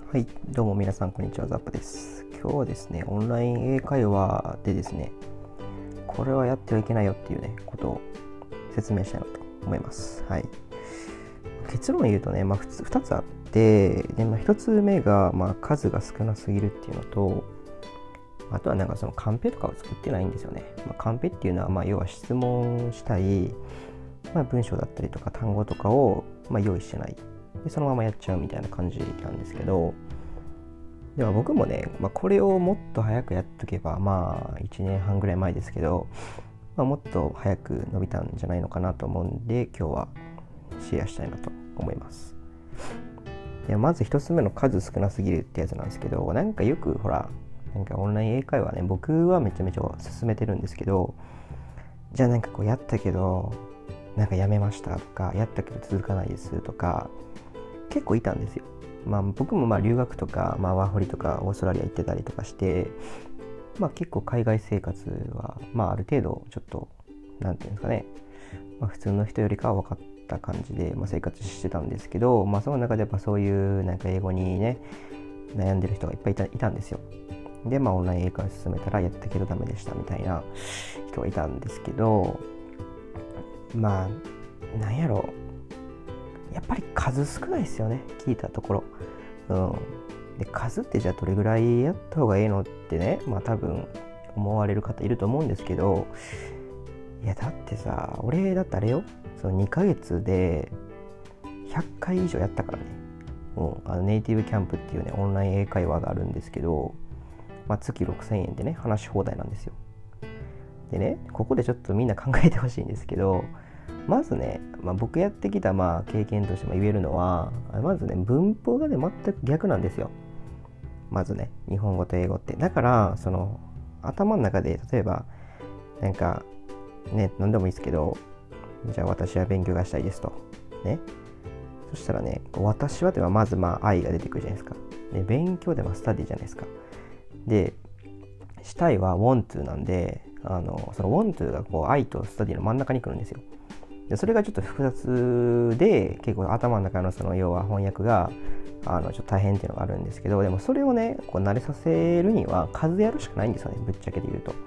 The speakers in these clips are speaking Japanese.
はい、どうも皆さんこんにちは、ザップです。今日はですね、オンライン英会話でですね、これはやってはいけないよっていうね、ことを説明したいなと思います。はい。結論を言うとね、2つあって、で、1つ目が、数が少なすぎるっていうのと、あとはそのカンペとかを作ってないんですよね。カンペっていうのは、要は質問したり、文章だったりとか単語とかを、用意してない。でそのままやっちゃうみたいな感じなんですけど、では僕もね、これをもっと早くやっとけば、1年半ぐらい前ですけど、もっと早く伸びたんじゃないのかなと思うんで、今日はシェアしたいなと思います。でまず一つ目の数少なすぎるってやつなんですけど、よくほら、オンライン英会話ね、僕はめちゃめちゃ進めてるんですけど、じゃあやったけど、やめましたとか、やったけど続かないですとか、結構いたんですよ。僕も留学とか、ワーホリとかオーストラリア行ってたりとかして、結構海外生活は、ある程度ちょっとなんていうんですかね、普通の人よりかは分かった感じで、生活してたんですけど、その中でやっぱそういう英語にね悩んでる人がいっぱいいたんですよ。でオンライン英会話進めたらやったけどダメでしたみたいな人がいたんですけど、なんやろう、やっぱり数少ないですよね、聞いたところ。で数ってじゃあどれぐらいやった方がいいのってね、多分思われる方いると思うんですけど、いやだってさ、俺だってあれよ、その2ヶ月で100回以上やったからね。ネイティブキャンプっていうねオンライン英会話があるんですけど、月6000円でね話し放題なんですよ。でね、ここでちょっとみんな考えてほしいんですけど、まずね、僕やってきた経験としても言えるのは、まずね、文法がね全く逆なんですよ。まずね、日本語と英語って。だからその頭の中で、例えばね、何でもいいですけど、じゃあ私は勉強がしたいですとね。そしたらね、私はではまず愛が出てくるじゃないですか。で勉強でスタディじゃないですか。でしたいは want to なんで、その want to が愛とスタディの真ん中に来るんですよ。でそれがちょっと複雑で、結構頭の中のその要は翻訳がちょっと大変っていうのがあるんですけど、でもそれをね慣れさせるには数やるしかないんですよね、ぶっちゃけで言うと。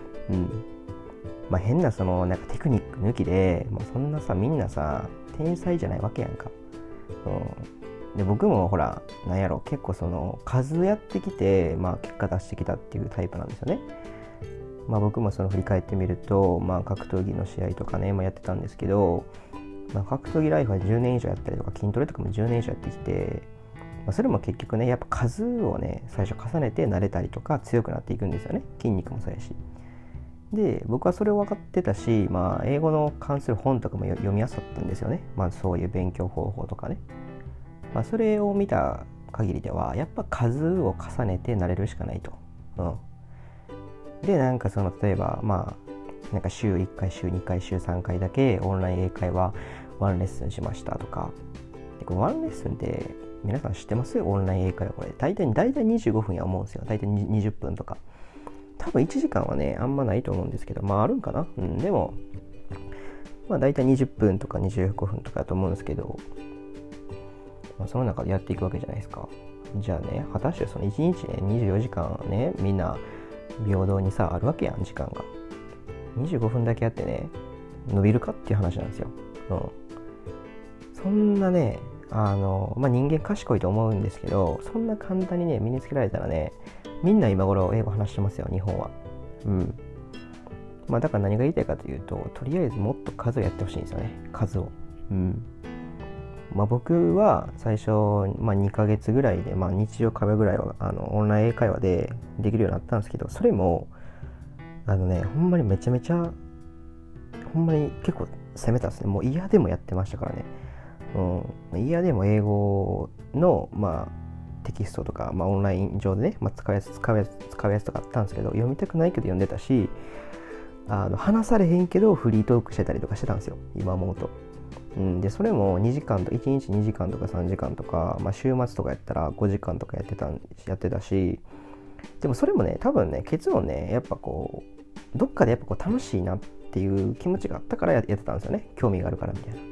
変なそのテクニック抜きで、そんなさ、みんなさ天才じゃないわけやんか。で僕もほら結構その数やってきて、結果出してきたっていうタイプなんですよね。僕もその振り返ってみると、格闘技の試合とかね、やってたんですけど、格闘技ライフは10年以上やったりとか、筋トレとかも10年以上やってきて、それも結局ね、やっぱ数をね最初重ねて慣れたりとか強くなっていくんですよね。筋肉もそうやし。で僕はそれを分かってたし、英語の関する本とかも読み漁ったんですよね。そういう勉強方法とかね。それを見た限りではやっぱ数を重ねて慣れるしかないと。でその例えば週1回週2回週3回だけオンライン英会話ワンレッスンしましたとか。でこのワンレッスンって皆さん知ってます？オンライン英会話、これ大体25分や思うんですよ。大体20分とか、多分1時間はねあんまないと思うんですけど、あるんかな。でも大体20分とか25分とかだと思うんですけど、その中でやっていくわけじゃないですか。じゃあね、果たしてその1日ね24時間ね、みんな平等にさあるわけやん、時間が。25分だけやってね伸びるかっていう話なんですよ。そんなね人間賢いと思うんですけど、そんな簡単にね身につけられたらね、みんな今頃英語話してますよ、日本は。だから何が言いたいかというと、とりあえずもっと数をやってほしいんですよね、数を。僕は最初、2ヶ月ぐらいで、日常会話ぐらいはオンライン英会話でできるようになったんですけど、それもほんまにめちゃめちゃほんまに結構攻めたんですね。もう嫌でもやってましたからね。嫌でも英語のテキストとか、オンライン上でね、使うやつとかあったんですけど、読みたくないけど読んでたし、話されへんけどフリートークしてたりとかしてたんですよ、今思うと。でそれも2時間と1日2時間とか3時間とか、週末とかやったら5時間とかやってたし、でもそれもね多分ね結論ね、やっぱどっかでやっぱ楽しいなっていう気持ちがあったからやってたんですよね。興味があるからみたいな。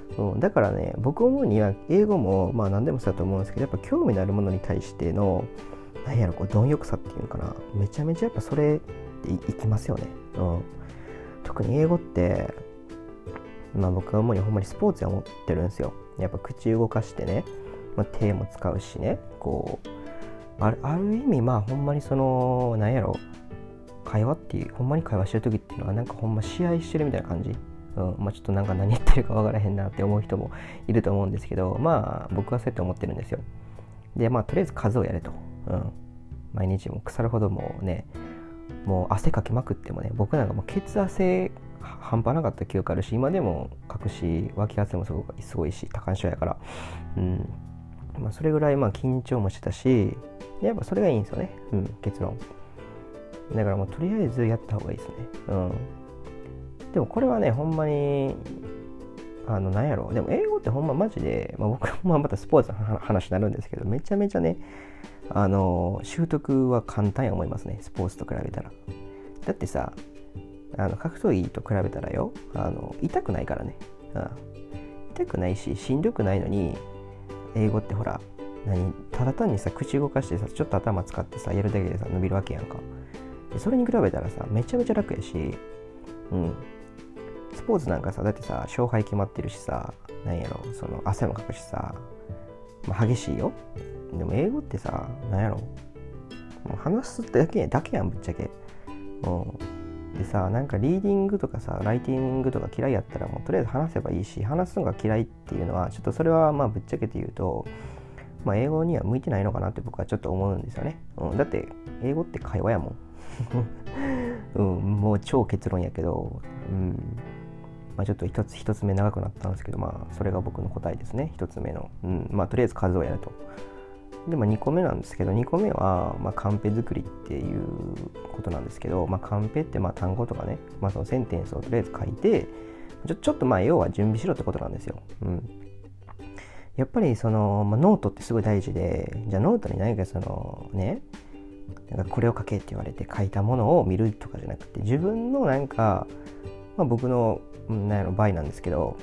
だからね、僕思うには英語もまあ何でもそうだと思うんですけど、やっぱ興味のあるものに対してのなんやろ、こう貪欲さっていうのかな、めちゃめちゃやっぱそれっていきますよね。特に英語ってまあ僕は主にほんまにスポーツや思ってるんですよ。やっぱ口動かしてね、手も使うしね、こうある意味まあほんまにそのなんやろ、会話っていうほんまに会話してる時っていうのはなんかほんま試合してるみたいな感じ。ちょっとなんか何言ってるか分からへんなって思う人もいると思うんですけど、まあ僕はそうやって思ってるんですよ。でまあとりあえず数をやれと、毎日も腐るほどもうね、もう汗かきまくってもね、僕なんかもう血汗半端なかった記憶あるし、今でもかくし、脇汗もすごいし、多汗症やから、それぐらいまあ緊張もしてたし、やっぱそれがいいんですよね、結論。だからもうとりあえずやった方がいいですね。でもこれはね、ほんまになんやろ、でも英語ってほんまマジで、僕もまたスポーツの話になるんですけど、めちゃめちゃね、習得は簡単や思いますね、スポーツと比べたら。だってさ、格闘技と比べたらよ、痛くないからね、痛くないししんどくないのに、英語ってほらただ単にさ口動かしてさ、ちょっと頭使ってさやるだけでさ伸びるわけやんか。でそれに比べたらさめちゃめちゃ楽やし、スポーツなんかさ、だってさ勝敗決まってるしさ、なんやろ、その汗もかくしさ、激しいよ。でも英語ってさ、なんやろ、もう話すだけやんぶっちゃけ。でさ、なんかリーディングとかさライティングとか嫌いやったら、もうとりあえず話せばいいし、話すのが嫌いっていうのはちょっとそれはまあぶっちゃけて言うと、英語には向いてないのかなって僕はちょっと思うんですよね。だって英語って会話やもん、もう超結論やけど、ちょっと一つ目長くなったんですけど、それが僕の答えですね。一つ目の、とりあえず数をやると。で、2個目なんですけど、2個目は、カンペ作りっていうことなんですけど、カンペって単語とかね、そのセンテンスをとりあえず書いて、ちょっと要は準備しろってことなんですよ。やっぱりその、ノートってすごい大事で、じゃあノートに何かそのね、なんかこれを書けって言われて書いたものを見るとかじゃなくて、自分のなんか、僕の場合なんですけど、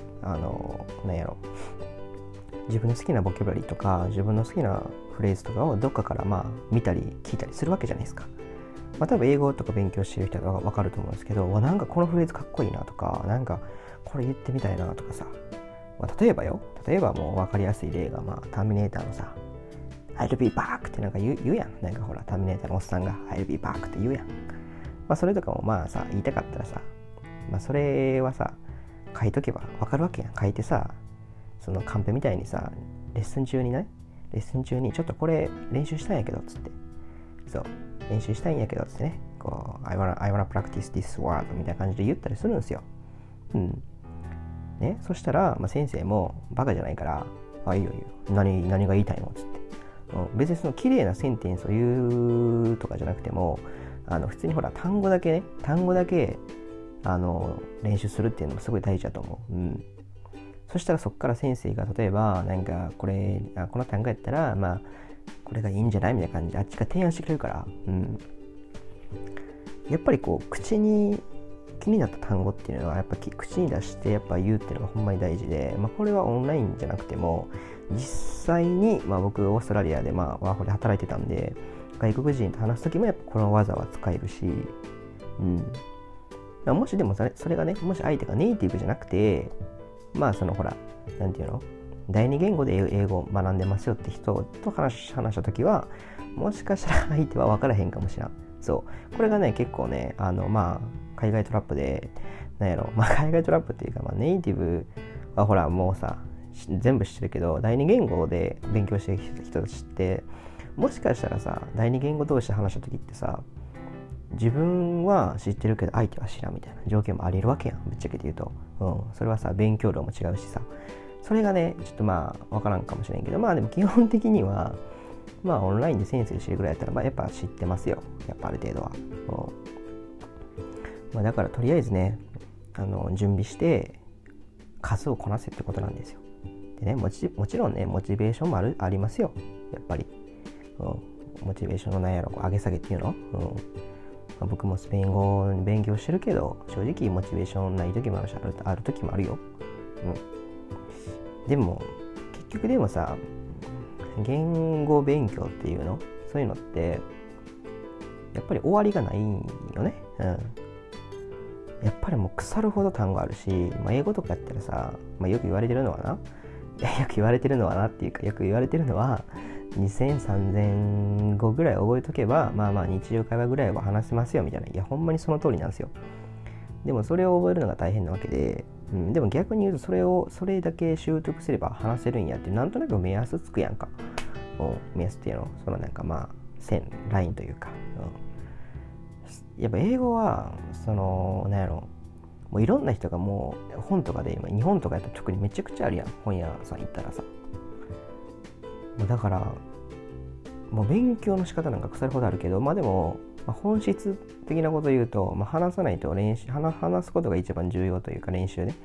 自分の好きなボキャブラリーとか自分の好きなフレーズとかをどっかから見たり聞いたりするわけじゃないですか。多分英語とか勉強してる人は分かると思うんですけど、なんかこのフレーズかっこいいなとか、なんかこれ言ってみたいなとかさ、例えばもう分かりやすい例がターミネーターのさ I'll be back ってなんか言うやん。なんかほらターミネーターのおっさんが I'll be back って言うやん。それとかもさ言いたかったらさ、それはさ書いとけば分かるわけやん。書いてさ、そのカンペみたいにさ、レッスン中にちょっとこれ練習したいんやけどっつって、そう練習したいんやけどっつってね、こう I wanna practice this word みたいな感じで言ったりするんですよ。ね、そしたら、先生もバカじゃないから、いいよ何が言いたいのっつって、別にその綺麗なセンテンスを言うとかじゃなくても、普通にほら単語だけ練習するっていうのもすごい大事だと思う。そしたらそこから先生が例えばなんかこの単語やったらこれがいいんじゃないみたいな感じであっちが提案してくれるから、やっぱりこう口に気になった単語っていうのはやっぱ口に出してやっぱ言うっていうのがほんまに大事で、これはオンラインじゃなくても実際に僕オーストラリアでワーホリで働いてたんで、外国人と話すときもやっぱこの技は使えるし、もしでもそれがね、もし相手がネイティブじゃなくて、そのほらなんていうの、第二言語で英語を学んでますよって人と話したときは、もしかしたら相手は分からへんかもしれん。そうこれがね結構ね海外トラップで海外トラップっていうか、ネイティブはほらもうさ全部知ってるけど、第二言語で勉強してる人たちってもしかしたらさ、第二言語同士で話した時ってさ、自分は知ってるけど相手は知らんみたいな条件もあり得るわけやん、ぶっちゃけて言うと。それはさ勉強量も違うしさ、それがねちょっと分からんかもしれんけど、でも基本的にはオンラインで先生してるぐらいやったらやっぱ知ってますよ、やっぱある程度は。だからとりあえずね準備して数をこなせってことなんですよ。でね、もちろんねモチベーションもありますよ、やっぱり。モチベーションのなんやろ上げ下げっていうの、僕もスペイン語に勉強してるけど、正直モチベーションない時もあるし、ある時もあるよ。 でも結局でもさ、言語勉強っていうの、そういうのってやっぱり終わりがないんよね。やっぱりもう腐るほど単語あるし、英語とかやったらさ、よく言われてるのはな、よく言われてるのはなっていうか、よく言われてるのは2000、3000語ぐらい覚えとけば、日常会話ぐらいは話せますよみたいな。いや、ほんまにその通りなんですよ。でもそれを覚えるのが大変なわけで、でも逆に言うとそれだけ習得すれば話せるんやって、なんとなく目安つくやんか。目安っていうの、その線、ラインというか。やっぱ英語は、もういろんな人がもう本とかで、日本とかやったら特にめちゃくちゃあるやん。本屋さん行ったらさ。だから、もう勉強の仕方なんか腐るほどあるけど、でも、本質的なこと言うと、話さないと話すことが一番重要というか練習ね。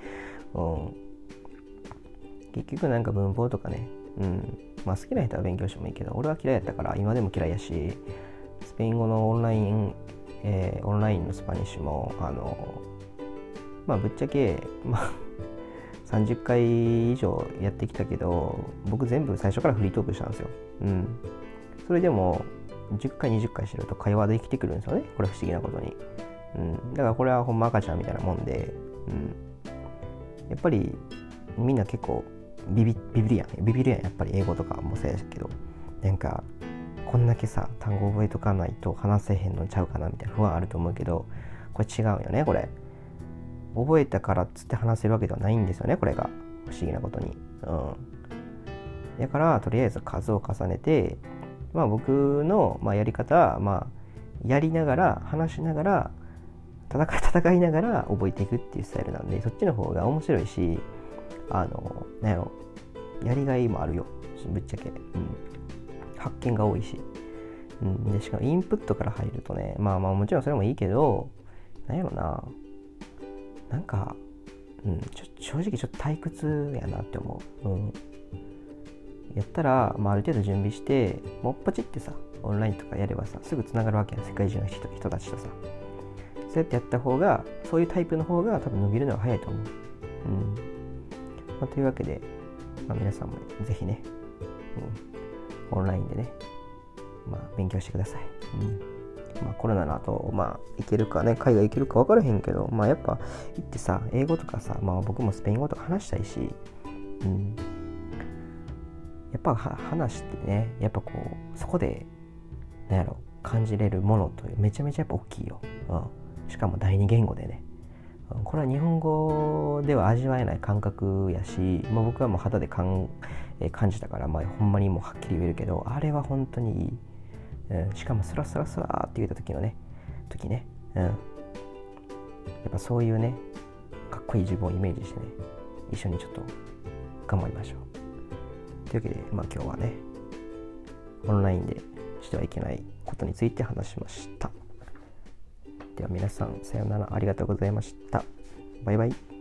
結局文法とかね、好きな人は勉強してもいいけど、俺は嫌いやったから今でも嫌いやし、スペイン語のオンラインのスパニッシュもぶっちゃけ30回以上やってきたけど、僕全部最初からフリートークしたんですよ。それでも10回20回してると会話できてくるんですよね。これ不思議なことに。だからこれはほんま赤ちゃんみたいなもんで、やっぱりみんな結構ビビるやん。やっぱり英語とかもそうやけど、こんだけさ単語覚えとかないと話せへんのちゃうかなみたいな不安あると思うけど、これ違うよね。これ覚えたからっつって話せるわけではないんですよね。これが不思議なことに。だからとりあえず数を重ねて、僕のやり方はやりながら話しながら戦いながら覚えていくっていうスタイルなんで、そっちの方が面白いし、やりがいもあるよ、ぶっちゃけ。発見が多いし、でしかもインプットから入るとね、もちろんそれもいいけど、正直ちょっと退屈やなって思う。やったら、ある程度準備して、もっぱちってさ、オンラインとかやればさ、すぐつながるわけや、世界中の人たちとさ。そうやってやった方が、そういうタイプの方が多分伸びるのが早いと思う。というわけで、皆さんもぜひね、オンラインでね、勉強してください。コロナの後、行けるかね、海外行けるか分からへんけど、やっぱ行ってさ、英語とかさ、僕もスペイン語とか話したいし、やっぱ話してね、やっぱそこで感じれるものとめちゃめちゃやっぱ大きいよ。しかも第二言語でね。これは日本語では味わえない感覚やし、僕はもう肌で感じたから、ほんまにもうはっきり言えるけど、あれは本当にいい。しかもスラスラスラって言った時ね、やっぱそういうね、かっこいい自分をイメージしてね、一緒にちょっと頑張りましょう。というわけで、今日はね、オンラインでしてはいけないことについて話しました。では皆さん、さようなら、ありがとうございました。バイバイ。